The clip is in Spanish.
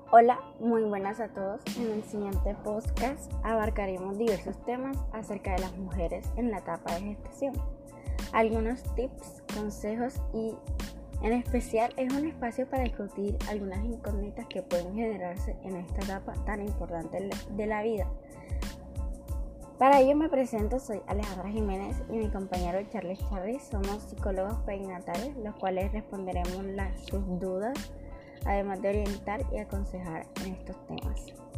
Hola, muy buenas a todos. En el siguiente podcast abarcaremos diversos temas acerca de las mujeres en la etapa de gestación. Algunos tips, consejos y en especial es un espacio para discutir algunas incógnitas que pueden generarse en esta etapa tan importante de la vida. Para ello me presento, soy Alejandra Jiménez y mi compañero Charles Chávez. Somos psicólogos perinatales, los cuales responderemos sus dudas, además de orientar y aconsejar en estos temas.